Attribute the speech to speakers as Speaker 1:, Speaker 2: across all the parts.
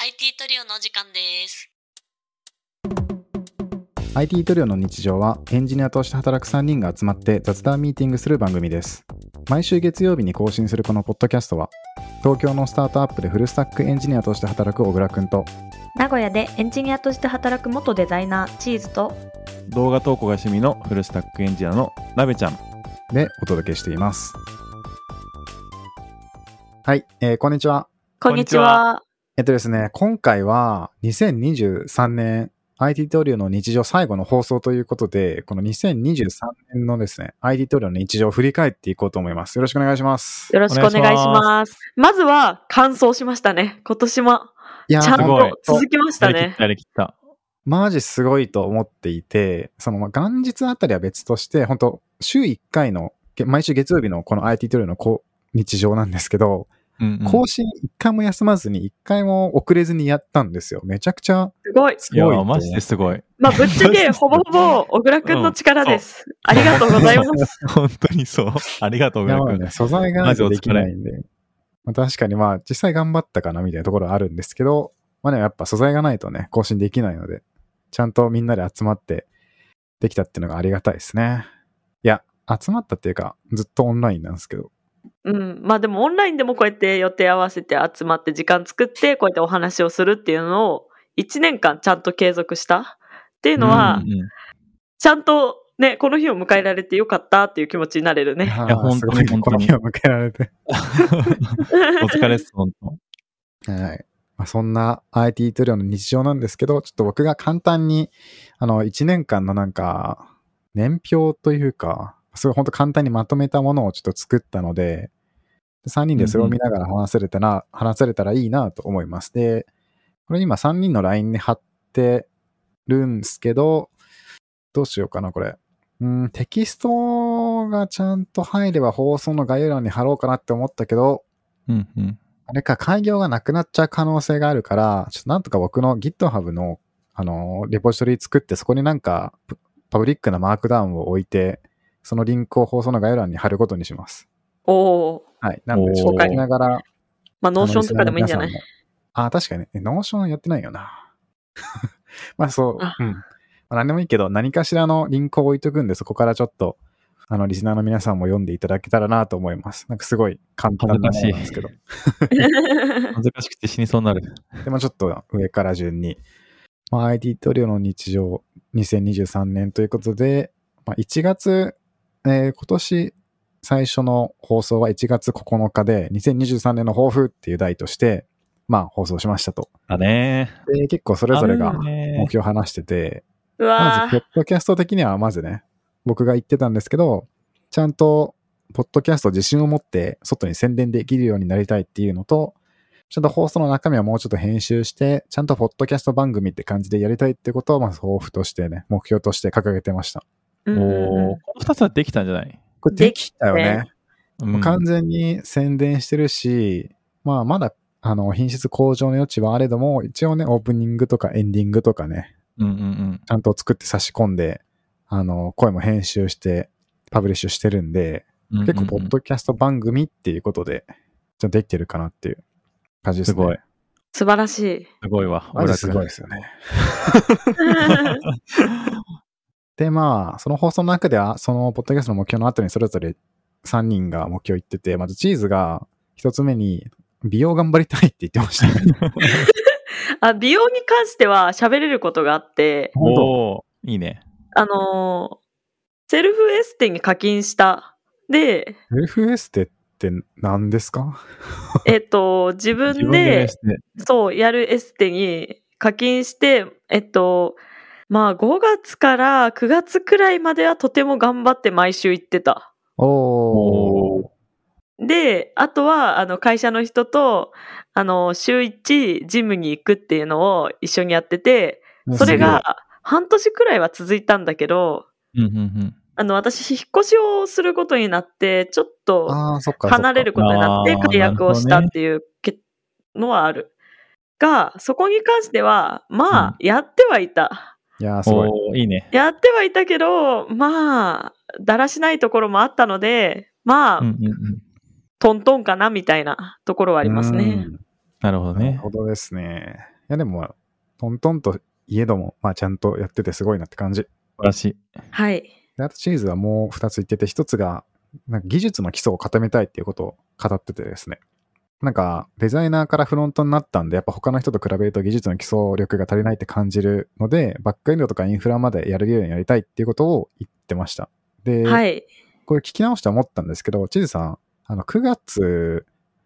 Speaker 1: IT トリオのお時間です。
Speaker 2: IT トリオの日常はエンジニアとして働く3人が集まって雑談ミーティングする番組です。毎週月曜日に更新するこのポッドキャストは、東京のスタートアップでフルスタックエンジニアとして働く小倉くんと、
Speaker 3: 名古屋でエンジニアとして働く元デザイナーチーズと、
Speaker 4: 動画投稿が趣味のフルスタックエンジニアのなべちゃん
Speaker 2: でお届けしています。はい、こんにちは。
Speaker 3: こんにちは。
Speaker 2: ですね、今回は2023年IT トリオの日常最後の放送ということで、この2023年のですね、IT トリオの日常を振り返っていこうと思います。よろしくお願いします。
Speaker 3: よろしくお願いします。まずは完走しましたね。今年もちゃんと続きましたね。
Speaker 4: やりきった。
Speaker 2: マジすごいと思っていて、その元日あたりは別として、本当週1回の毎週月曜日のこの IT トリオの日常なんですけど、更新1回も休まずに1回も遅れずにやったんですよ。めちゃくちゃすごい。
Speaker 4: いやマジですごい。
Speaker 3: まあぶっちゃけほぼほぼ小倉くんの力です。ありがとうございます。
Speaker 4: 本当にそう。ありがとう小倉くん。
Speaker 2: 素材ができないんで、確かに実際頑張ったかなみたいなところはあるんですけど、やっぱ素材がないとね更新できないので、ちゃんとみんなで集まってできたっていうのがありがたいですね。いや集まったっていうかずっとオンラインなんですけど。
Speaker 3: まあでもオンラインでもこうやって予定合わせて集まって時間作ってこうやってお話をするっていうのを1年間ちゃんと継続したっていうのは、ちゃんとねこの日を迎えられてよかったっていう気持ちになれるね。い
Speaker 4: や本当に
Speaker 2: この日を迎えられて
Speaker 4: お疲れです本
Speaker 2: 当。はい。そんな IT トリオの日常なんですけど、ちょっと僕が簡単に1年間の年表というか、すごい本当簡単にまとめたものをちょっと作ったので、3人でそれを見ながら話せれたらいいなと思います。で、これ今3人の LINE に貼ってるんですけど、どうしようかなこれ。テキストがちゃんと入れば放送の概要欄に貼ろうかなって思ったけど、あれか開業がなくなっちゃう可能性があるから、ちょっとなんとか僕の GitHub のレポジトリ作ってそこにパブリックなマークダウンを置いて、そのリンクを放送の概要欄に貼ることにします。
Speaker 3: はい。
Speaker 2: なので、紹介しながら。
Speaker 3: ノーションとかでもいいんじゃない？
Speaker 2: 確かにね。ノーションやってないよな。そう。何でもいいけど、何かしらのリンクを置いとくんで、そこからちょっと、リスナーの皆さんも読んでいただけたらなと思います。すごい簡単なものなんですけど。
Speaker 4: 恥ずかしくて死にそうになる。
Speaker 2: でもちょっと上から順に。IT トリオの日常2023年ということで、1月、今年最初の放送は1月9日で、2023年の抱負っていう題として、放送しましたと。
Speaker 4: で、
Speaker 2: 結構それぞれが目標を話してて、まず、ポッドキャスト的にはまずね、僕が言ってたんですけど、ちゃんと、ポッドキャスト自信を持って外に宣伝できるようになりたいっていうのと、ちゃんと放送の中身はもうちょっと編集して、ちゃんとポッドキャスト番組って感じでやりたいってことを、まず抱負としてね、目標として掲げてました。
Speaker 4: この2つはできたんじゃない？
Speaker 2: これできたよね。完全に宣伝してるし、まだ、品質向上の余地はあれども、一応ね、オープニングとかエンディングとかね、ちゃんと作って差し込んで、声も編集して、パブリッシュしてるんで、結構、ポッドキャスト番組っていうことで、じゃできてるかなっていう感じですね。
Speaker 4: すごい。
Speaker 3: 素晴らしい。
Speaker 4: すごいわ。
Speaker 2: マジすごいですよね。で、その放送の中では、そのポッドキャストの目標の後にそれぞれ3人が目標言ってて、まずチーズが一つ目に美容頑張りたいって言ってましたね。
Speaker 3: 美容に関しては喋れることがあって、
Speaker 4: いいね。
Speaker 3: セルフエステに課金した。で、
Speaker 2: セルフエステって何ですか？
Speaker 3: 自分でそうやるエステに課金して、5月から9月くらいまではとても頑張って毎週行ってた。で、あとは会社の人と週1ジムに行くっていうのを一緒にやってて、それが半年くらいは続いたんだけど、私引っ越しをすることになってちょっと離れることになって解約をしたっていうのはあるが、そこに関してはやってはいた。
Speaker 2: いやすごい
Speaker 4: いいね。
Speaker 3: やってはいたけどだらしないところもあったのでトントンかなみたいなところはありますね。
Speaker 4: なるほどね。
Speaker 2: なるほどですね。 やでも、トントンといえども、ちゃんとやっててすごいなって感じ。
Speaker 4: 素晴らしい。
Speaker 3: はい。
Speaker 2: であとチーズはもう2つ言ってて、1つがなんか技術の基礎を固めたいっていうことを語っててですね。なんかデザイナーからフロントになったんで、やっぱ他の人と比べると技術の基礎力が足りないって感じるので、バックエンドとかインフラまでやれるようにやりたいっていうことを言ってました。で、
Speaker 3: はい。
Speaker 2: これ聞き直して思ったんですけど、チーズさん、9月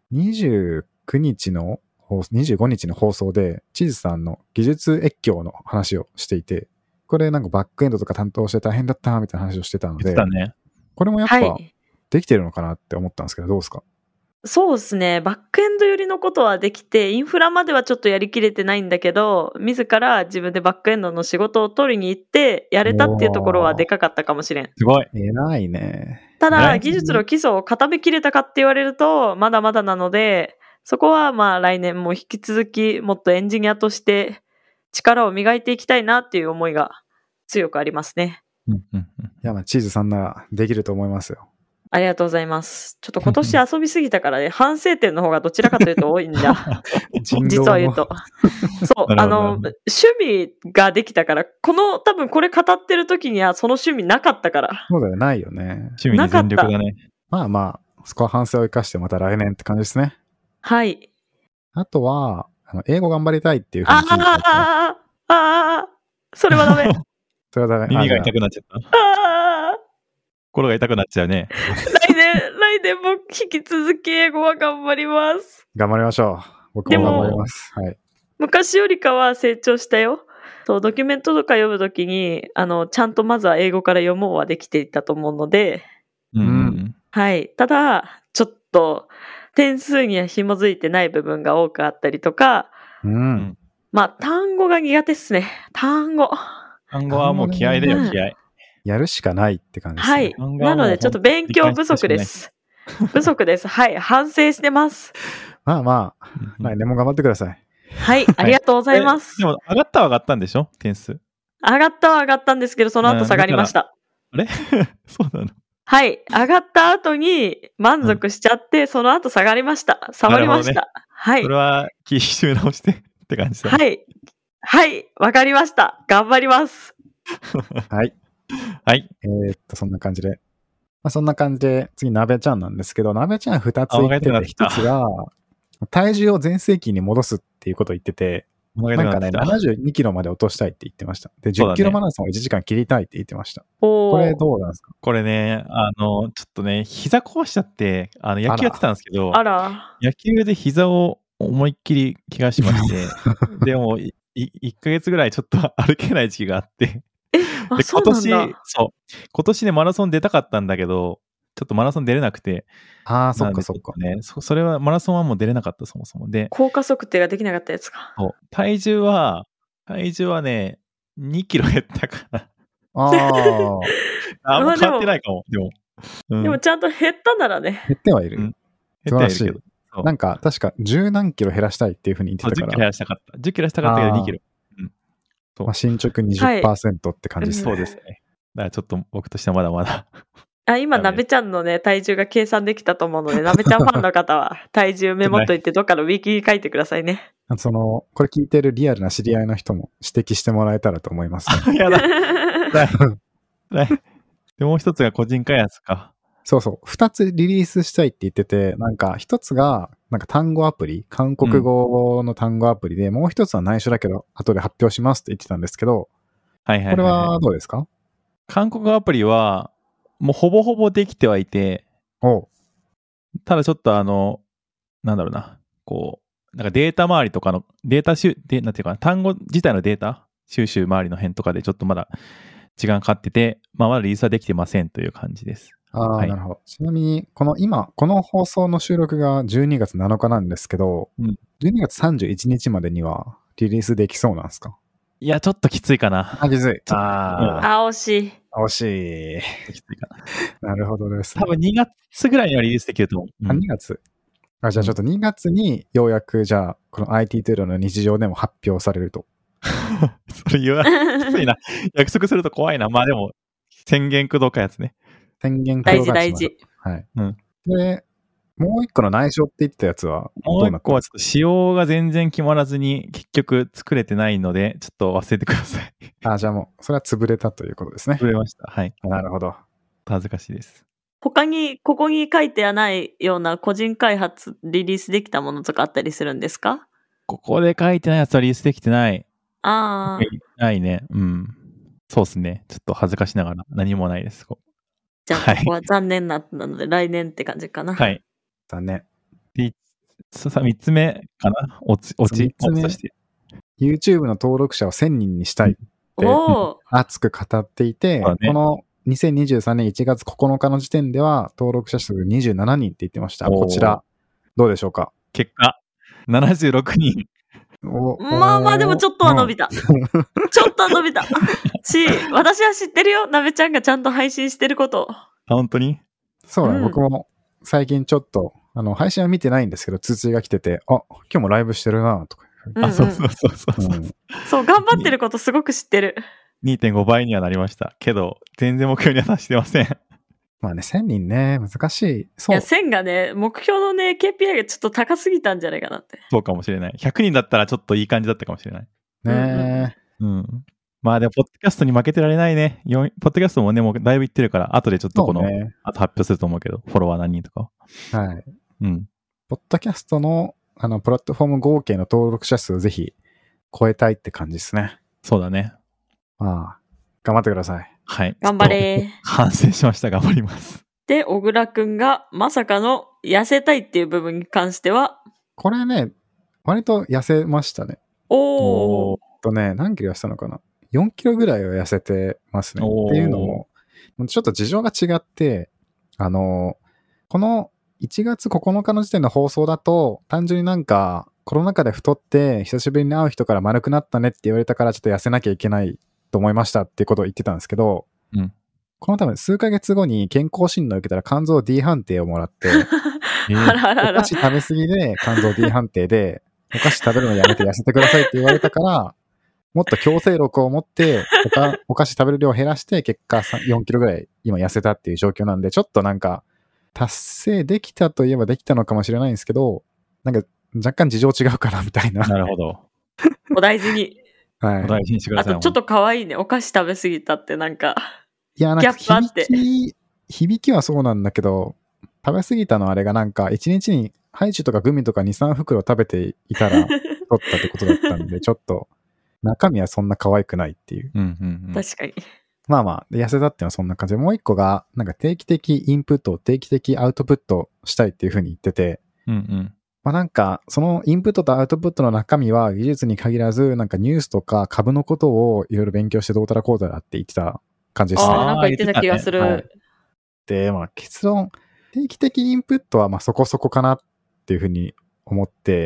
Speaker 2: 29日の25日の放送で、チーズさんの技術越境の話をしていて、これなんかバックエンドとか担当して大変だったみたいな話をしてたので、
Speaker 4: ね、
Speaker 2: これもやっぱできてるのかなって思ったんですけど、どうですか？
Speaker 3: そうですね。バックエンド寄りのことはできて、インフラまではちょっとやりきれてないんだけど、自ら自分でバックエンドの仕事を取りに行って、やれたっていうところはでかかったかもしれん。
Speaker 4: すごい。
Speaker 2: 偉いね。
Speaker 3: ただ、技術の基礎を固めきれたかって言われると、まだまだなので、そこは来年も引き続きもっとエンジニアとして力を磨いていきたいなっていう思いが強くありますね。
Speaker 2: いや、チーズさんならできると思いますよ。
Speaker 3: ありがとうございます。ちょっと今年遊びすぎたからね、反省点の方がどちらかというと多いんだ。実は言うと。そう、趣味ができたから、多分これ語ってる時にはその趣味なかったから。
Speaker 2: そうだよ、ないよね。
Speaker 4: 趣味に全力だね。
Speaker 2: そこは反省を生かしてまた来年って感じですね。
Speaker 3: はい。
Speaker 2: あとは、英語頑張りたいっていうふうに聞いてた。
Speaker 3: それはダメ。
Speaker 2: それはダメ。
Speaker 4: 耳が痛くなっちゃった。心が痛くなっちゃうね。
Speaker 3: 来年も引き続き英語は頑張ります。
Speaker 2: 頑張りましょう。僕も頑張ります。はい。
Speaker 3: 昔よりかは成長したよ。そう、ドキュメントとか読むときに、ちゃんとまずは英語から読もうはできていたと思うので、はい。ただ、ちょっと、点数には紐づいてない部分が多くあったりとか、単語が苦手っすね。単語
Speaker 4: はもう気合だよ、気合。
Speaker 2: やるしかないって感じですね。
Speaker 3: はい。なので、ちょっと勉強不足です。不足です。はい。反省してます。
Speaker 2: 来年も頑張ってください。
Speaker 3: はい。ありがとうございます。
Speaker 4: でも、上がったは上がったんでしょ？点数。
Speaker 3: 上がったは上がったんですけど、その後下がりました。
Speaker 4: あれそうなの？
Speaker 3: はい。上がった後に満足しちゃって、その後下がりました。下がりました。はい。
Speaker 4: それは気収直してって感じだ。
Speaker 3: はい。はい。わかりました。頑張ります。
Speaker 2: はい。
Speaker 4: はい。
Speaker 2: そんな感じで。そんな感じで、次、なべちゃんなんですけど、なべちゃん2つ言ってて、1つが、体重を全盛期に戻すっていうことを言ってて、なんかね、72キロまで落としたいって言ってました。で、10キロマラソンを1時間切りたいって言ってました。これどうなんですか？
Speaker 4: これね、ちょっとね、膝壊しちゃって、野球やってたんですけど、野球で膝を思いっきり怪我しまして、でも、1ヶ月ぐらいちょっと歩けない時期があって、で今年ね、マラソン出たかったんだけど、ちょっとマラソン出れなくて。
Speaker 2: そっかそっか。
Speaker 4: ね、それは、マラソンはもう出れなかった、そもそも。で、
Speaker 3: 効果測定ができなかったやつか。
Speaker 4: そう。体重はね、2キロ減ったかな。
Speaker 2: あ
Speaker 4: んま変わってないかも、でも。
Speaker 3: でもちゃんと減ったならね。
Speaker 2: 減ってはいる。
Speaker 4: 減ってはいるけど。
Speaker 2: なんか、確か10何キロ減らしたいっていうふうに言ってたから。
Speaker 4: 10キロ減らしたかった。10キロ減らしたかったけど2キロ。
Speaker 2: 進捗 20% って感じですね。
Speaker 4: そうですね。だからちょっと僕としてはまだまだ。
Speaker 3: 今、なべちゃんのね、体重が計算できたと思うので、なべちゃんファンの方は体重メモっといて、どっかのウィキに書いてくださいね。
Speaker 2: これ聞いてるリアルな知り合いの人も指摘してもらえたらと思います、
Speaker 4: ね。やだ。で、もう一つが個人開発か。
Speaker 2: そうそう。2つリリースしたいって言ってて、なんか1つが、なんか単語アプリ、韓国語の単語アプリで、もう1つは内緒だけど、後で発表しますって言ってたんですけど、これはどうですか？
Speaker 4: 韓国語アプリは、もうほぼほぼできてはいて、ただちょっとなんだろうな、なんかデータ周りとかの、なんていうかな、単語自体のデータ収集周りの辺とかでちょっとまだ時間かかってて、まだリリースはできてませんという感じです。
Speaker 2: なるほど。ちなみに、この放送の収録が12月7日なんですけど、12月31日までにはリリースできそうなんですか？
Speaker 4: いや、ちょっときついかな。
Speaker 2: きつい。
Speaker 3: 惜しい。
Speaker 2: 惜しい。
Speaker 4: きついか
Speaker 2: な。なるほどです
Speaker 4: ね。多分2月ぐらいにはリリースできると思う。
Speaker 2: 2月。じゃあちょっと2月にようやく、じゃあ、この IT トゥーロの日常でも発表されると。
Speaker 4: それ言わない。きついな。約束すると怖いな。まあでも、宣言駆動かやつね。
Speaker 2: 宣言駆動かやつ。
Speaker 3: 大事。
Speaker 2: はい。で、 もう一個の内緒って言ってたやつは
Speaker 4: もう一個はちょっと仕様が全然決まらずに結局作れてないので、ちょっと忘れてください。
Speaker 2: じゃあもう、それは潰れたということですね。
Speaker 4: 潰れました。はい。
Speaker 2: なるほど。
Speaker 4: 恥ずかしいです。
Speaker 3: 他に、ここに書いてはないような個人開発リリースできたものとかあったりするんですか？
Speaker 4: ここで書いてないやつはリリースできてない。
Speaker 3: ああ。
Speaker 4: ないね。うん。そうですね。ちょっと恥ずかしながら何もないです。
Speaker 3: じゃあ、ここは残念なので、来年って感じかな。
Speaker 4: はい。
Speaker 2: 残念。
Speaker 4: で、3つ目かな？落ちとして。
Speaker 2: YouTube の登録者を1000人にしたいって熱く語っていて、この2023年1月9日の時点では登録者数27人って言ってました。こちら、どうでしょうか？
Speaker 4: 結果、76人。
Speaker 3: まあまあでもちょっとは伸びた。ちょっとは伸びた。私は知ってるよ。なべちゃんがちゃんと配信してること。
Speaker 4: 本当に？
Speaker 2: そうだ、僕も最近ちょっと、配信は見てないんですけど、通知が来てて、今日もライブしてるなとか。
Speaker 4: そう。
Speaker 3: そう、頑張ってることすごく知ってる。
Speaker 4: 2.5 倍にはなりました。けど、全然目標には達してません。
Speaker 2: まあね、1000人ね、難しい。
Speaker 3: そう。いや、1000がね、目標のね、KPI がちょっと高すぎたんじゃないかなって。
Speaker 4: そうかもしれない。100人だったらちょっといい感じだったかもしれない。
Speaker 2: ね
Speaker 4: え。うん。まあでも、ポッドキャストに負けてられないね。ポッドキャストもね、もうだいぶいってるから、後でちょっとあと発表すると思うけど、フォロワー何人とか。
Speaker 2: はい。
Speaker 4: うん。
Speaker 2: ポッドキャストの、プラットフォーム合計の登録者数をぜひ超えたいって感じですね。
Speaker 4: そうだね。
Speaker 2: まあ、頑張ってください。
Speaker 4: はい。
Speaker 3: 頑張れ。
Speaker 4: 反省しました。頑張ります。
Speaker 3: で、小倉くんがまさかの痩せたいっていう部分に関しては、こ
Speaker 2: れね、割と痩せましたね。
Speaker 3: おー。
Speaker 2: 何キロ痩せたのかな ?4 キロぐらいは痩せてますね。っていうのも、ちょっと事情が違って、この1月9日の時点の放送だと、単純になんか、コロナ禍で太って、久しぶりに会う人から丸くなったねって言われたから、ちょっと痩せなきゃいけないと思いましたっていうことを言ってたんですけど、この多分数ヶ月後に健康診断を受けたら肝臓 D 判定をもらって、お菓子食べ過ぎで肝臓 D 判定で、お菓子食べるのやめて痩せてくださいって言われたから、もっと強制力を持って、お菓子食べる量を減らして、結果4キロぐらい今痩せたっていう状況なんで、ちょっとなんか、達成できたといえばできたのかもしれないんですけど、なんか若干事情違うかなみたいな。
Speaker 4: なるほど。
Speaker 3: お大事に。
Speaker 2: はい。
Speaker 4: お大事にしてください。
Speaker 3: あとちょっと可愛いね。お菓子食べ過ぎたってなんか、
Speaker 2: いや、なんか響きはそうなんだけど、食べ過ぎたのあれがなんか1日にハイチュウとかグミとか 2,3 袋食べていたら取ったってことだったんで、ちょっと中身はそんな可愛くないっていう。
Speaker 3: 確かに。
Speaker 2: まあまあ、痩せたっていうのはそんな感じで、もう一個が、なんか定期的インプット、定期的アウトプットしたいっていうふうに言ってて、まあなんか、そのインプットとアウトプットの中身は技術に限らず、なんかニュースとか株のことをいろいろ勉強してどうたらこうたらって言ってた感じですね。
Speaker 3: なんか言ってた気がする。はい、
Speaker 2: で、まあ結論、定期的インプットはまあそこそこかなっていうふうに思って、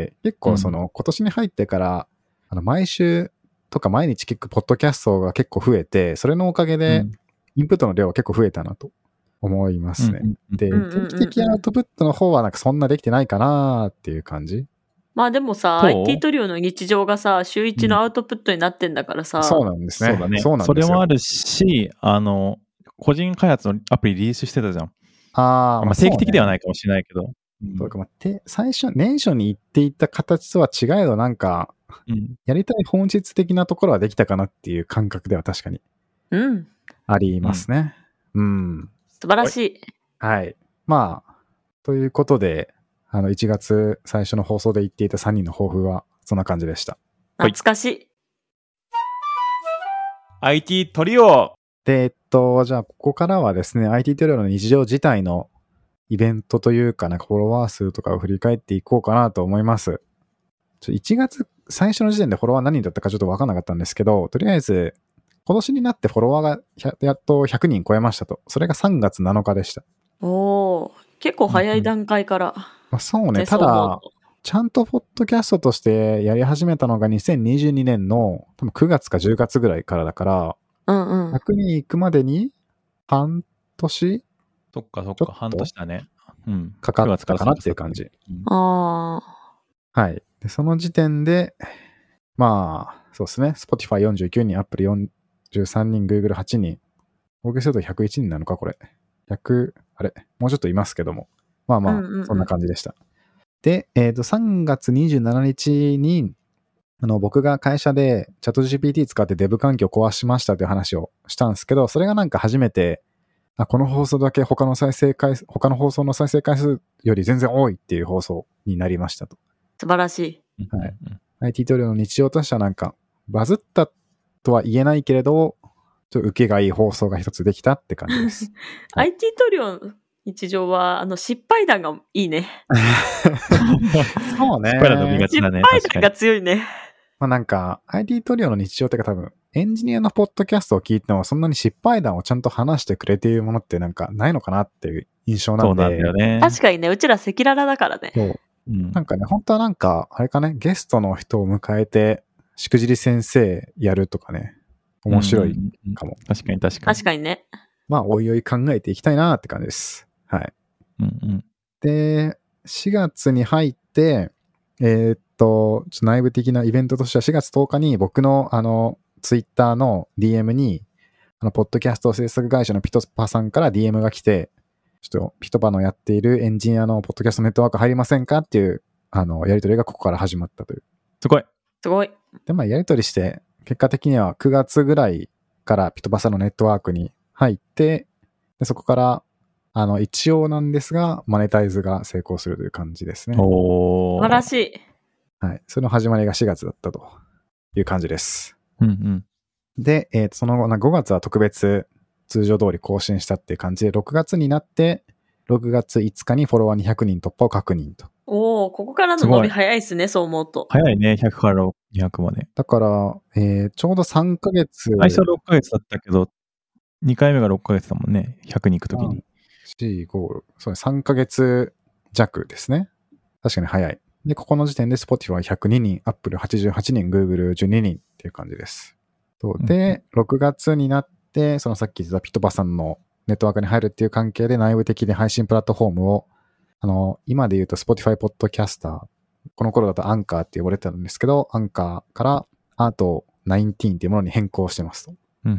Speaker 2: 結構今年に入ってから、毎週とか毎日聞くポッドキャストが結構増えて、それのおかげでインプットの量が結構増えたなと思いますね。で、定期的アウトプットの方はなんかそんなできてないかなっていう感じ。
Speaker 3: まあでもさ、IT トリオの日常がさ、週1のアウトプットになってんだからさ。
Speaker 2: そうなんですね。そうだね。
Speaker 4: それもあるし、個人開発のアプリリリースしてたじゃん。まあ定期的ではないかもしれないけど。
Speaker 2: 最初、年初に言っていた形とは違えど、なんか、やりたい本質的なところはできたかなっていう感覚では確かにありますね。
Speaker 3: 素晴らしい。
Speaker 2: はい。まあ、ということで、1月最初の放送で言っていた3人の抱負はそんな感じでした。
Speaker 3: 懐かしい。
Speaker 4: IT トリオ
Speaker 2: で、じゃあここからはですね、IT トリオの日常自体のイベントというか、なんかフォロワー数とかを振り返っていこうかなと思います。1月最初の時点でフォロワー何人だったかちょっと分かんなかったんですけど、とりあえず、今年になってフォロワーがやっと100人超えましたと。それが3月7日でした。
Speaker 3: おー、結構早い段階から。
Speaker 2: まあ、そうね、ただ、ちゃんとポッドキャストとしてやり始めたのが2022年の多分9月か10月ぐらいからだから、100人行くまでに半年
Speaker 4: そっか、半年だね。
Speaker 2: かかったかなっていう感じ。
Speaker 3: はい。
Speaker 2: で、その時点で、まあ、そうですね。Spotify 49人、Apple 43人、Google 8人。合計すると101人なのか、これ。100、あれもうちょっといますけども。 まあまあ、そんな感じでした。で、3月27日に、僕が会社でチャット GPT 使ってデブ環境を壊しましたという話をしたんですけど、それがなんか初めて、この放送だけ他の放送の再生回数より全然多いっていう放送になりましたと。
Speaker 3: 素晴らし
Speaker 2: い。はい。IT トリオの日常としてはなんか、バズったとは言えないけれど、ちょっと受けがいい放送が一つできたって感じです。
Speaker 3: IT トリオの日常は、失敗談がいいね。
Speaker 2: そうね。
Speaker 4: 失敗談の見がちだね。
Speaker 3: 失敗談が強いね。
Speaker 2: まあなんか、IT トリオの日常っていうか多分、エンジニアのポッドキャストを聞いてもそんなに失敗談をちゃんと話してくれているものってなんかないのかなっていう印象なんで。
Speaker 4: そうなんだよね。
Speaker 3: 確かにね、うちら赤裸々だからね。
Speaker 2: そう。なんかね、本当はなんか、あれかね、ゲストの人を迎えて、しくじり先生やるとかね、面白いかも。
Speaker 4: 確かに。
Speaker 3: 確かにね。
Speaker 2: まあ、おいおい考えていきたいなって感じです。はい。で、4月に入って、ちょっと内部的なイベントとしては4月10日に僕のツイッターの DM にポッドキャスト制作会社のピトパさんから DM が来て、ちょっとピトパのやっているエンジニアのポッドキャストネットワーク入りませんかっていうやり取りがここから始まったという。
Speaker 4: すごい。
Speaker 3: すごい。
Speaker 2: で、まあやり取りして結果的には9月ぐらいからピトパさんのネットワークに入って、でそこから一応なんですが、マネタイズが成功するという感じですね。
Speaker 3: 素晴らしい。
Speaker 2: はい。その始まりが4月だったという感じです。
Speaker 4: うんうん、
Speaker 2: で、その後、5月は特別通常通り更新したっていう感じで、6月になって、6月5日にフォロワー200人突破を確認と。
Speaker 3: おー、ここからの伸び早いですね、そう思うと。
Speaker 4: 早いね、100から200まで。
Speaker 2: だから、ちょうど3ヶ月。
Speaker 4: 最初6ヶ月だったけど、2回目が6ヶ月だもんね、100に行くときに。
Speaker 2: 4、5、そうね、3ヶ月弱ですね。確かに早い。で、ここの時点で Spotify 102人、Apple 88人、Google 12人っていう感じです。そうで、6月になって、そのさっき言ってたピトパさんのネットワークに入るっていう関係で内部的で配信プラットフォームを、今で言うと Spotify Podcaster、この頃だとアンカーって呼ばれてたんですけど、アンカーからアート19っていうものに変更してますと。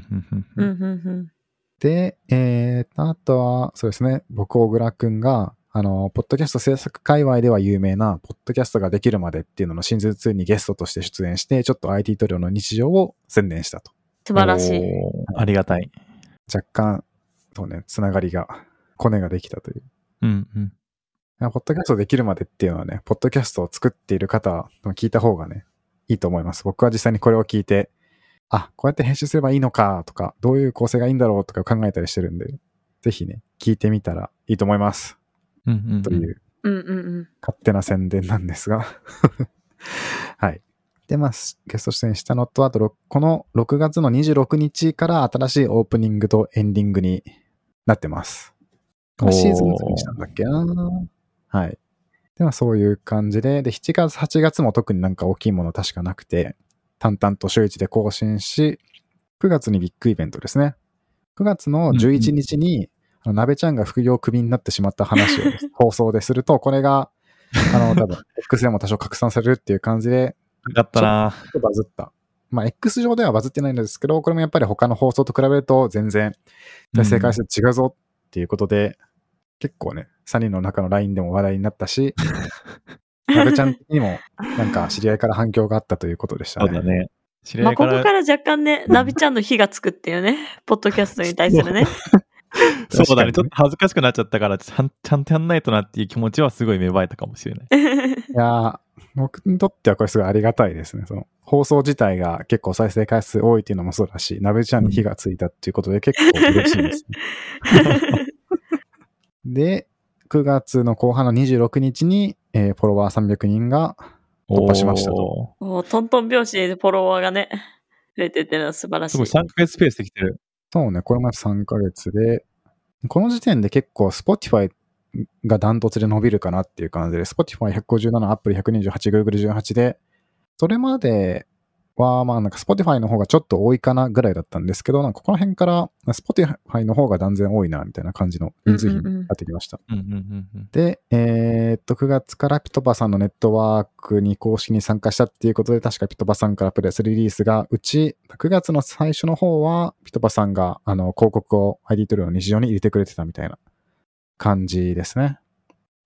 Speaker 2: で、あとは、そうですね、僕、小倉くんが、ポッドキャスト制作界隈では有名な、ポッドキャストができるまでっていうののシーズン2にゲストとして出演して、ちょっと IT トリオの日常を宣伝したと。
Speaker 3: 素晴らしい。
Speaker 4: ありがたい。
Speaker 2: 若干、そうね、つながりが、コネができたという。ポッドキャストできるまでっていうのはね、ポッドキャストを作っている方の聞いた方がね、いいと思います。僕は実際にこれを聞いて、こうやって編集すればいいのかとか、どういう構成がいいんだろうとか考えたりしてるんで、ぜひね、聞いてみたらいいと思います。という、勝手な宣伝なんですが。はい。で、まあ、ゲスト出演したのと、あと、この6月の26日から新しいオープニングとエンディングになってます。これシーズン2にしたんだっけな。はい。で、まあ、そういう感じで、7月、8月も特になんか大きいもの確かなくて、淡々と週1で更新し、9月にビッグイベントですね。9月の11日に、なべちゃんが副業クビになってしまった話を放送ですると、これが、多分、X でも多少拡散されるっていう感じで、
Speaker 4: よかったな。
Speaker 2: ちょっとバズった。まあ、X 上ではバズってないんですけど、これもやっぱり他の放送と比べると全然、再生回数違うぞっていうことで、結構ね、3人の中の LINE でも話題になったし、なべちゃんにもなんか知り合いから反響があったということでしたね。
Speaker 4: そうだね。
Speaker 3: まあ、ここから若干ね、なびちゃんの火がつくっていうね、ポッドキャストに対するね。
Speaker 4: そうだね。ちょっと恥ずかしくなっちゃったから、ちゃんとやんないとなっていう気持ちはすごい芽生えたかもしれない。
Speaker 2: いや僕にとってはこれすごいありがたいですね。その放送自体が結構再生回数多いっていうのもそうだし、なべちゃんに火がついたっていうことで結構嬉しいですね。で、9月の後半の26日に、フォロワー300人が突破しましたと。
Speaker 3: トントン拍子でフォロワーがね、増えてってるのは素晴らしい。
Speaker 4: すごい3ヶ月ペースできてる。
Speaker 2: そうね、これまで3ヶ月で、この時点で結構 Spotify がダントツで伸びるかなっていう感じで、Spotify 157、Apple 128、Google 18で、それまでは、まあなんか Spotify の方がちょっと多いかなぐらいだったんですけど、なんかこの辺から Spotify の方が断然多いなみたいな感じの人数比になってきました。で、9月からピトパさんのネットワークに公式に参加したっていうことで、確かピトパさんからプレスリリースが、うち9月の最初の方はピトパさんが広告を ID トリオの日常に入れてくれてたみたいな感じですね。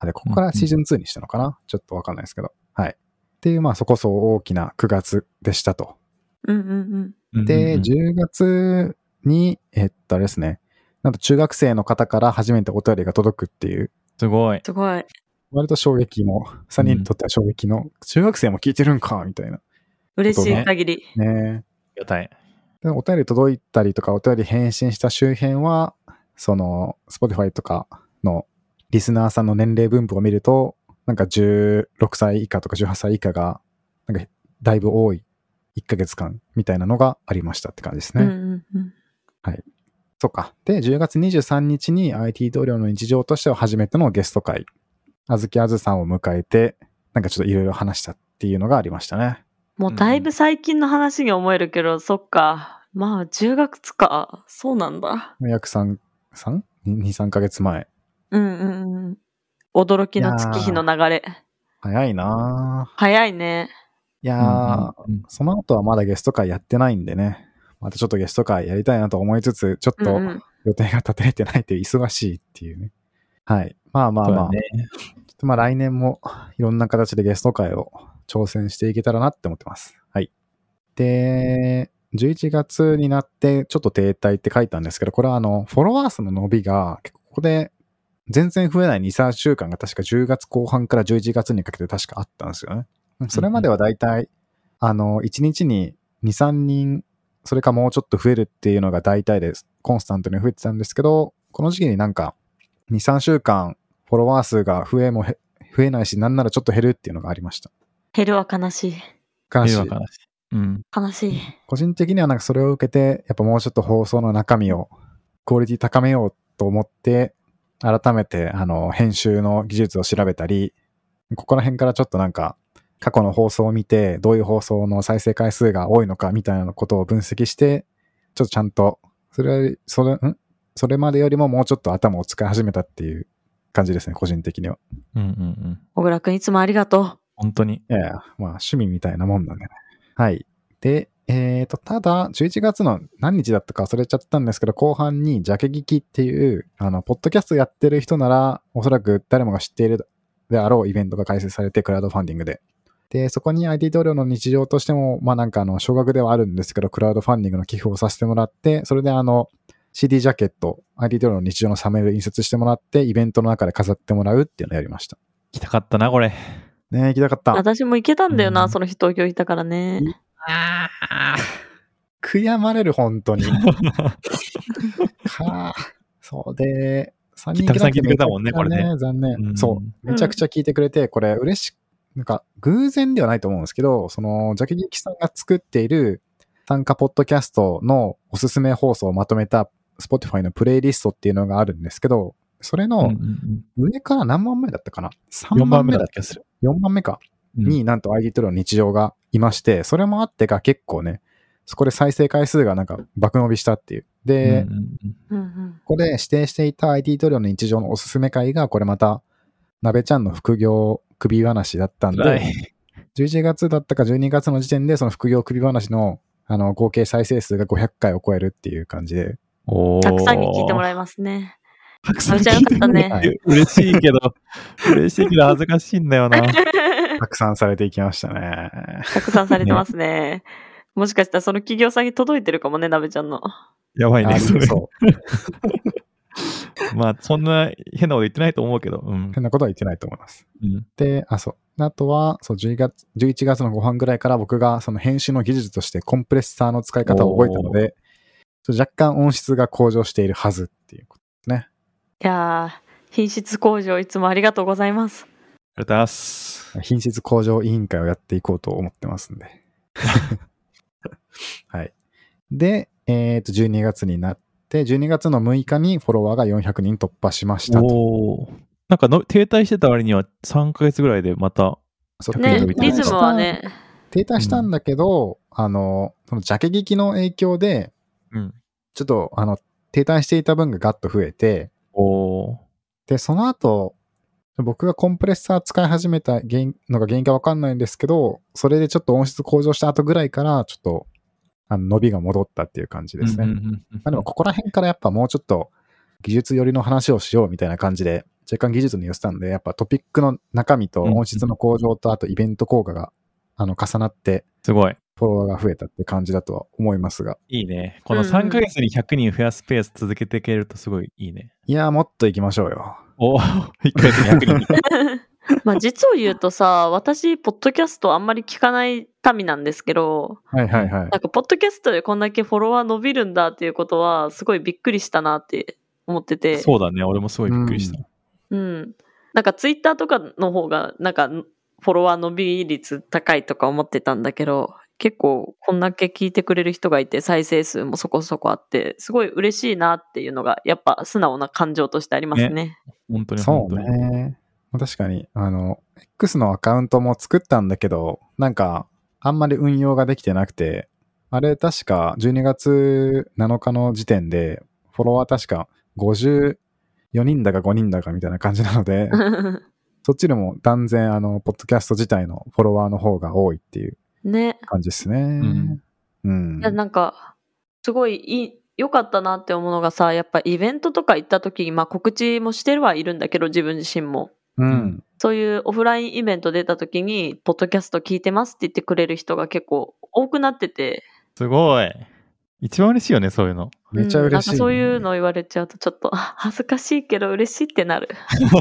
Speaker 2: で、ここからシーズン2にしたのかな、ちょっとわかんないですけど。はい。っていう、まあそこそ大きな9月でしたと。で、10月に、あれですね。なんと中学生の方から初めてお便りが届くっていう。
Speaker 4: すごい。
Speaker 2: 割と衝撃の、3人にとっては衝撃の、中学生も聞いてるんか、みたいな。
Speaker 3: 嬉しい限り。
Speaker 2: ね。あ
Speaker 4: りがたい。
Speaker 2: でお便り届いたりとか、お便り返信した周辺は、その、Spotify とかのリスナーさんの年齢分布を見ると、なんか16歳以下とか18歳以下が、なんかだいぶ多い1ヶ月間みたいなのがありましたって感じですね。はい。そっか。で、10月23日に IT 同僚の日常としては初めてのゲスト会、あずきあずさんを迎えて、なんかちょっといろいろ話したっていうのがありましたね。
Speaker 3: もうだいぶ最近の話に思えるけど、そっか。まあ、10月か。そうなんだ。
Speaker 2: 約2、3ヶ月前。
Speaker 3: 驚きの月日の流れ。
Speaker 2: 早いなぁ。
Speaker 3: 早いね。
Speaker 2: いやー、その後はまだゲスト会やってないんでね。またちょっとゲスト会やりたいなと思いつつ、ちょっと予定が立てれてないという忙しいっていうね。はい。まあ。
Speaker 4: ね、
Speaker 2: ちょっと来年もいろんな形でゲスト会を挑戦していけたらなって思ってます。はい。で、11月になってちょっと停滞って書いたんですけど、これはフォロワー数の伸びが結構ここで全然増えない2、3週間が確か10月後半から11月にかけて確かあったんですよね。それまではだいたい1日に2、3人、それかもうちょっと増えるっていうのが大体でコンスタントに増えてたんですけど、この時期になんか2、3週間フォロワー数が増えないし、なんならちょっと減るっていうのがありました。
Speaker 3: 減るは悲しい。
Speaker 2: 悲しい。
Speaker 3: 悲しい。
Speaker 2: 個人的にはなんかそれを受けて、やっぱもうちょっと放送の中身をクオリティ高めようと思って、改めて編集の技術を調べたり、ここら辺からちょっとなんか過去の放送を見て、どういう放送の再生回数が多いのかみたいなことを分析して、ちょっとちゃんと、それまでよりももうちょっと頭を使い始めたっていう感じですね、個人的には。
Speaker 3: 小倉くんいつもありがとう。
Speaker 2: 本当に。いや、まあ趣味みたいなもんなんでね。はい。で、ただ、11月の何日だったか忘れちゃったんですけど、後半にジャケ聞きっていう、ポッドキャストやってる人なら、おそらく誰もが知っているであろうイベントが開催されて、クラウドファンディングで。で、そこに IT 同僚の日常としても、まあなんか少額ではあるんですけど、クラウドファンディングの寄付をさせてもらって、それでCD ジャケット、IT 同僚の日常のサムネイル印刷してもらって、イベントの中で飾ってもらうっていうのをやりました。
Speaker 4: 行きたかったな、これ。
Speaker 2: ね、行きたかった。
Speaker 3: 私も行けたんだよな、その日東京いたからね。
Speaker 2: 悔やまれる、本当に。そうで、3人
Speaker 4: たくさん聞いてくれたもんね、これね。
Speaker 2: 残念。そう。めちゃくちゃ聞いてくれて、これなんか偶然ではないと思うんですけど、その、ジャケギキさんが作っている参加ポッドキャストのおすすめ放送をまとめた Spotify のプレイリストっていうのがあるんですけど、それの上から何番目だったかな ?3 番目だった気がする。4番目か。になんと IT トロの日常がいまして、それもあってか結構ね、そこで再生回数がなんか爆伸びしたっていう。で、ここで指定していた IT トリオの日常のおすすめ回が、これまた、なべちゃんの副業首話だったんで、11月だったか12月の時点で、その副業首話の合計再生数が500回を超えるっていう感じで。
Speaker 3: たくさんに聞いてもらいますね。
Speaker 4: たくさん聞いてもらえたね。嬉しいけど恥ずかしいんだよな。
Speaker 2: 拡散されていきましたね。
Speaker 3: 拡散されてますね。もしかしたらその企業さんに届いてるかもね、なべちゃんの。
Speaker 4: やばいね、それ。まあ、そんな変なこと言ってないと思うけど。
Speaker 2: 変なことは言ってないと思います。で、あとは、11月の後半ぐらいから僕がその編集の技術としてコンプレッサーの使い方を覚えたので、若干音質が向上しているはずっていうことですね。
Speaker 3: いやー、品質向上いつもありがとうございます。
Speaker 4: ありがとうございます。
Speaker 2: 品質向上委員会をやっていこうと思ってますんで。はい。で、12月になって、12月の6日にフォロワーが400人突破しましたと。
Speaker 4: なんか停滞してた割には3ヶ月ぐらいでまた
Speaker 3: ね、リズムはね。
Speaker 2: 停滞したんだけど、そのジャケ聞きの影響で、ちょっと停滞していた分がガッと増えて、で、その後、僕がコンプレッサー使い始めたのが原因かわかんないんですけど、それでちょっと音質向上した後ぐらいから、ちょっと、伸びが戻ったっていう感じですね。でも、ここら辺からやっぱもうちょっと技術寄りの話をしようみたいな感じで、 若干技術に寄せたんで、やっぱトピックの中身と音質の向上と、あとイベント効果が重なって、
Speaker 4: すごい。
Speaker 2: フォロワーが増えたって感じだとは思いますが。
Speaker 4: いいね。この3ヶ月に100人増やすペース続けていけるとすごいいいね。
Speaker 2: いやー、もっと行きましょうよ。
Speaker 4: 1ヶ月に100人。
Speaker 3: まあ実を言うとさ、私、ポッドキャストあんまり聞かない民なんですけど、
Speaker 2: はいはいはい。
Speaker 3: なんか、ポッドキャストでこんだけフォロワー伸びるんだっていうことは、すごいびっくりしたなって思ってて。
Speaker 4: そうだね。俺もすごいびっくりした。
Speaker 3: うん。なんか、ツイッターとかの方が、なんか、フォロワー伸び率高いとか思ってたんだけど、結構、こんだけ聞いてくれる人がいて、再生数もそこそこあって、すごい嬉しいなっていうのが、やっぱ素直な感情としてありますね。
Speaker 4: 本当に
Speaker 2: そうね。確かに、X のアカウントも作ったんだけど、なんか、あんまり運用ができてなくて、あれ確か12月7日の時点で、フォロワー確か54人だか5人だかみたいな感じなので、そっちでも断然、ポッドキャスト自体のフォロワーの方が多いっていう感じですね。うん。
Speaker 3: いや、なんか、すごい良かったなって思うのがさ、やっぱイベントとか行った時に、まあ告知もしてはいるんだけど、自分自身も。
Speaker 2: うん。
Speaker 3: そういうオフラインイベント出た時に、ポッドキャスト聞いてますって言ってくれる人が結構多くなってて。
Speaker 4: すごい。一番嬉しいよね、そういうの。
Speaker 2: めっちゃ嬉しい、ね。
Speaker 3: なんかそういうの言われちゃうとちょっと恥ずかしいけど嬉しいってなる。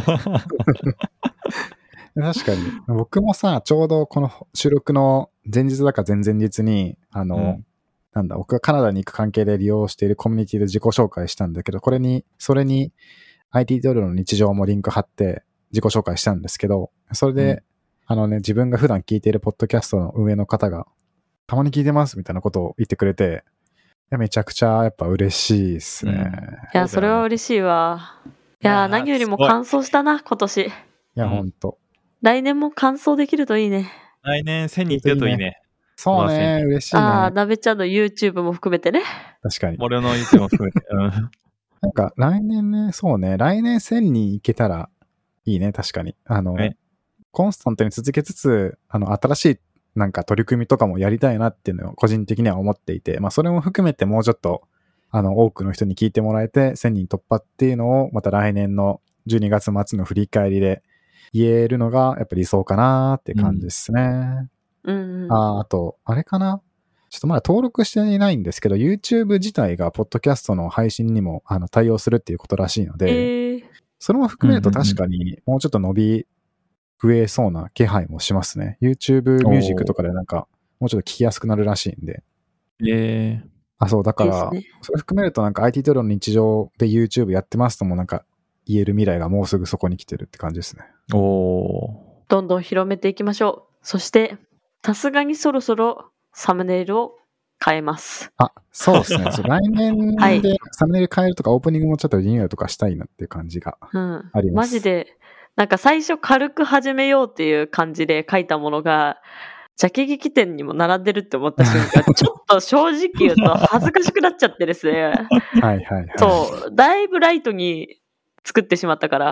Speaker 2: 確かに。僕もさ、ちょうどこの収録の前日だか前々日に、なんだ、僕がカナダに行く関係で利用しているコミュニティで自己紹介したんだけど、それに IT ドルの日常もリンク貼って自己紹介したんですけど、それで、自分が普段聞いているポッドキャストの運営の方が、たまに聞いてますみたいなことを言ってくれて、いやめちゃくちゃやっぱ嬉しいっすね。
Speaker 3: いや、それは嬉しいわ。いや、何よりも完走したな、今年。い
Speaker 2: や、ほんと。
Speaker 3: 来年も完走できるといいね。
Speaker 4: 来年1000人いってるといいね。
Speaker 2: そうね、嬉しいね。
Speaker 3: なべちゃんの YouTube も含めてね。
Speaker 2: 確かに。
Speaker 4: 俺の YouTube も含めて。
Speaker 2: なんか来年ね、そうね、来年1000人いけたらいいね、確かに。コンスタントに続けつつ、新しいなんか取り組みとかもやりたいなっていうのを個人的には思っていて、まあそれも含めてもうちょっと、多くの人に聞いてもらえて1000人突破っていうのをまた来年の12月末の振り返りで言えるのがやっぱ理想かなって感じですね。あと、あれかな？ちょっとまだ登録していないんですけど、YouTube 自体がポッドキャストの配信にも対応するっていうことらしいので、それも含めると確かにもうちょっと増えそうな気配もしますね。YouTube ミュージックとかでなんかもうちょっと聞きやすくなるらしいんで。そう、だから、それ含めるとなんか IT トロの日常で YouTube やってますともなんか言える未来がもうすぐそこに来てるって感じですね。
Speaker 3: どんどん広めていきましょう。そして、さすがにそろそろサムネイルを変えます。
Speaker 2: そうですね。来年でサムネイル変えるとか、オープニングもちょっとリニューアルとかしたいなっていう感じがあります。
Speaker 3: マジで、なんか最初軽く始めようっていう感じで書いたものが、ジャケ劇店にも並んでるって思った瞬間、ちょっと正直言うと恥ずかしくなっちゃってですね。そう、だいぶライトに作ってしまったから、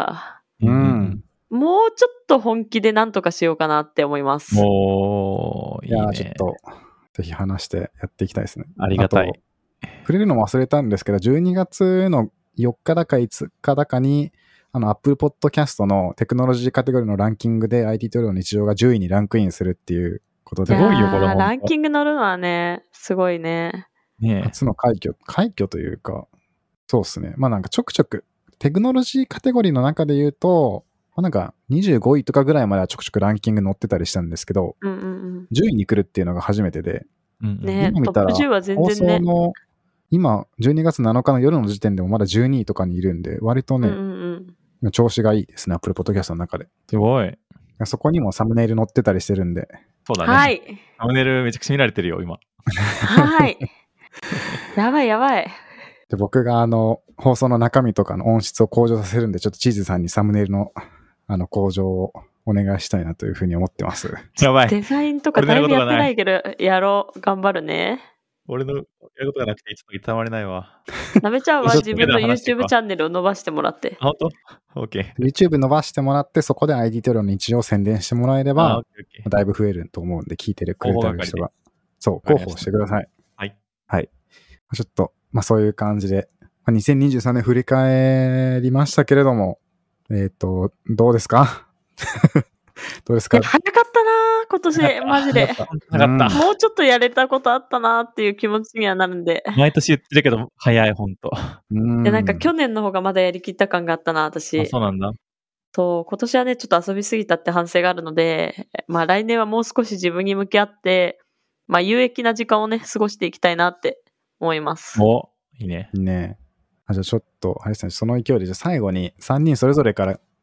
Speaker 3: もうちょっと本気で何とかしようかなって思います。
Speaker 2: いや、ちょっと、ぜひ話してやっていきたいですね。
Speaker 4: ありがたい。
Speaker 2: 触れるのも忘れたんですけど、12月の4日だか5日だかに、Apple Podcast のテクノロジーカテゴリーのランキングで IT トリオの日常が10位にランクインするっていうことで。
Speaker 4: すごいよ、これ。
Speaker 3: ランキング乗るのはね、すごいね。
Speaker 2: 初の快挙というか、そうですね。まあなんかちょくちょく、テクノロジーカテゴリーの中で言うと、なんか25位とかぐらいまではちょくちょくランキング載ってたりしたんですけど、10位に来るっていうのが初めてで、
Speaker 3: 今見たら、トップ10は全然ね。
Speaker 2: 放送の今、12月7日の夜の時点でもまだ12位とかにいるんで、割とね、調子がいいですね、Apple Podcast の中で。
Speaker 4: すごい。
Speaker 2: そこにもサムネイル載ってたりしてるんで。
Speaker 4: そうだね。はい。サムネイルめちゃくちゃ見られてるよ、今。
Speaker 3: はい。やばいやばい。
Speaker 2: で、僕が放送の中身とかの音質を向上させるんで、ちょっとチーズさんにサムネイルの向上をお願いしたいなというふうに思ってます。
Speaker 4: やばい。
Speaker 3: デザインとかだいぶやってないけど、やろう。頑張るね。
Speaker 4: 俺のやることがなくてちょっといたまれないわ。
Speaker 3: なべちゃんは自分の YouTube チャンネルを伸ばしてもらって。
Speaker 4: 本当 ?OK。
Speaker 2: YouTube 伸ばしてもらって、そこで ID トロの日常を宣伝してもらえれば、だいぶ増えると思うんで、聞いてくれた人が。そう、広報してください。
Speaker 4: はい。
Speaker 2: はい。ちょっと、そういう感じで、2023年振り返りましたけれども、 どうですかどうですか？
Speaker 3: 早かったな今年、マジで。もうちょっとやれたことあったなっていう気持ちにはなるんで。
Speaker 4: 毎年言ってるけど、早い、ほんと。
Speaker 3: なんか去年の方がまだやりきった感があったな、私。
Speaker 4: そうなんだ。
Speaker 3: そう、今年はね、ちょっと遊びすぎたって反省があるので、来年はもう少し自分に向き合って、有益な時間をね、過ごしていきたいなって思います。
Speaker 4: お、いいね。
Speaker 2: いいね。じゃあちょっと、あれですね、その勢いで、じゃあ最後に3人それぞれから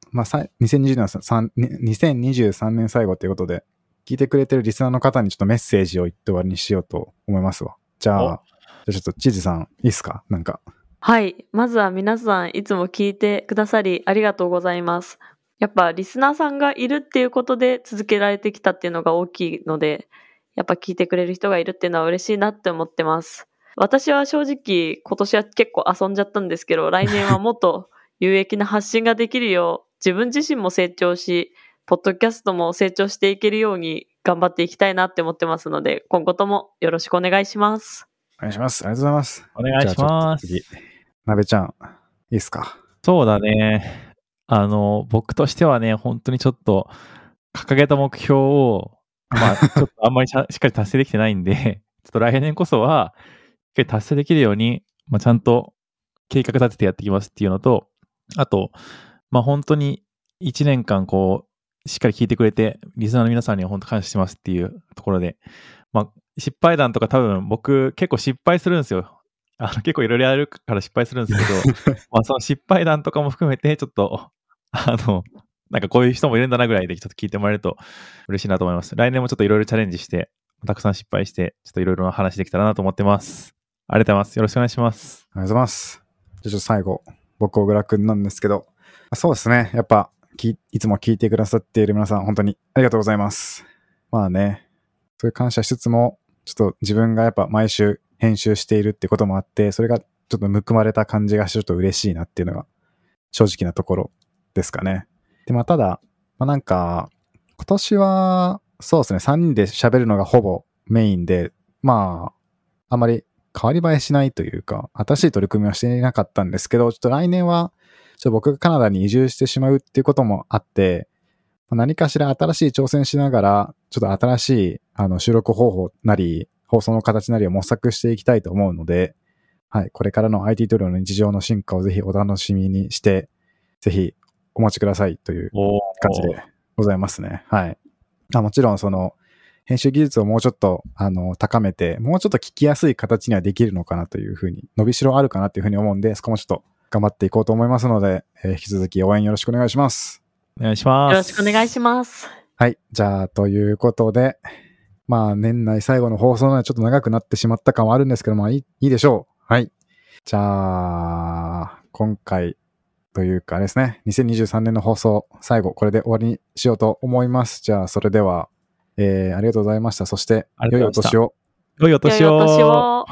Speaker 2: 、2023年最後ということで、聞いてくれてるリスナーの方にちょっとメッセージを言って終わりにしようと思いますわ。じゃあちょっとチジさん、いいっすか？なんか。
Speaker 3: はい。まずは皆さんいつも聞いてくださりありがとうございます。やっぱリスナーさんがいるっていうことで続けられてきたっていうのが大きいので、やっぱ聞いてくれる人がいるっていうのは嬉しいなって思ってます。私は正直今年は結構遊んじゃったんですけど、来年はもっと有益な発信ができるよう、自分自身も成長し、ポッドキャストも成長していけるように頑張っていきたいなって思ってますので、今後ともよろしくお願いします。
Speaker 2: お願いします。ありがとうございます。
Speaker 4: お願いします。
Speaker 2: 次、なべちゃん、いいっすか？
Speaker 4: そうだね。僕としてはね、本当にちょっと掲げた目標を、ちょっとあんまりしっかり達成できてないんで、ちょっと来年こそは、しっかり達成できるように、ちゃんと計画立ててやっていきますっていうのと、あと、本当に1年間しっかり聞いてくれて、リスナーの皆さんには本当感謝してますっていうところで、失敗談とか多分僕結構失敗するんですよ。結構いろいろやるから失敗するんですけど、その失敗談とかも含めて、ちょっと、なんかこういう人もいるんだなぐらいでちょっと聞いてもらえると嬉しいなと思います。来年もちょっといろいろチャレンジして、たくさん失敗して、ちょっといろいろな話できたらなと思ってます。ありがとうございます。よろしくお願いします。
Speaker 2: ありがとうございます。じゃあちょっと最後、僕、小倉くんなんですけど、そうですね。やっぱ、いつも聞いてくださっている皆さん、本当にありがとうございます。そういう感謝しつつも、ちょっと自分がやっぱ毎週編集しているってこともあって、それがちょっと報われた感じがしてちょっと嬉しいなっていうのが正直なところですかね。で、ただ、なんか、今年は、そうですね、3人で喋るのがほぼメインで、あんまり変わり映えしないというか、新しい取り組みはしていなかったんですけど、ちょっと来年は、僕がカナダに移住してしまうっていうこともあって、何かしら新しい挑戦しながら、ちょっと新しい収録方法なり、放送の形なりを模索していきたいと思うので、はい、これからの IT トリオの日常の進化をぜひお楽しみにして、ぜひお待ちくださいという感じでございますね。はい。もちろんその編集技術をもうちょっと高めて、もうちょっと聞きやすい形にはできるのかなというふうに、伸びしろあるかなというふうに思うんで、そこもちょっと頑張っていこうと思いますので、引き続き応援よろしくお願いします。
Speaker 4: お願いします。
Speaker 3: よろしくお願いします。
Speaker 2: はい。じゃあ、ということで、年内最後の放送なのでちょっと長くなってしまった感はあるんですけど、いいでしょう。はい。じゃあ、今回というかですね、2023年の放送、最後、これで終わりにしようと思います。じゃあ、それでは、ありがとうございました。そして、良いお年を。
Speaker 4: 良いお年を。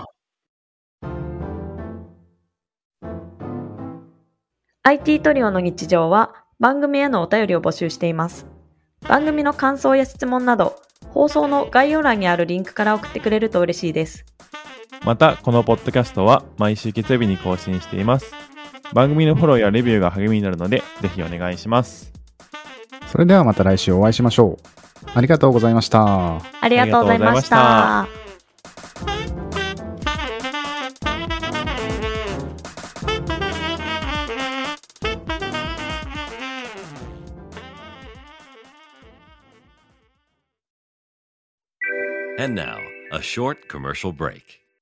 Speaker 3: IT トリオの日常は番組へのお便りを募集しています。番組の感想や質問など、放送の概要欄にあるリンクから送ってくれると嬉しいです。
Speaker 4: また、このポッドキャストは毎週月曜日に更新しています。番組のフォローやレビューが励みになるので、ぜひお願いします。
Speaker 2: それではまた来週お会いしましょう。ありがとうございました。
Speaker 3: ありがとうございました。
Speaker 5: And now, a short commercial break.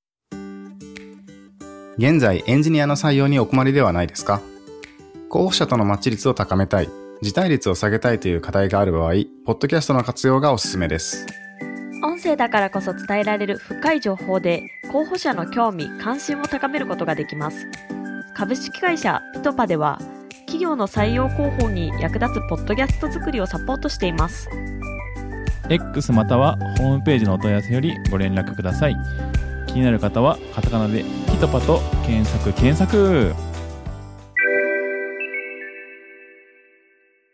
Speaker 2: 現在エンジニアの採用にお困りではないですか？候補者とのマッチ率を高めたい、辞退率を下げたいという課題がある場合、ポッドキャストの活用がおすすめです。
Speaker 3: 音声だからこそ伝えられる深い情報で候補者の興味・関心を高めることができます。株式会社ピトパでは企業の採用広報に役立つポッドキャスト作りをサポートしています。
Speaker 4: X またはホームページのお問い合わせよりご連絡ください。気になる方はカタカナでピトパと検索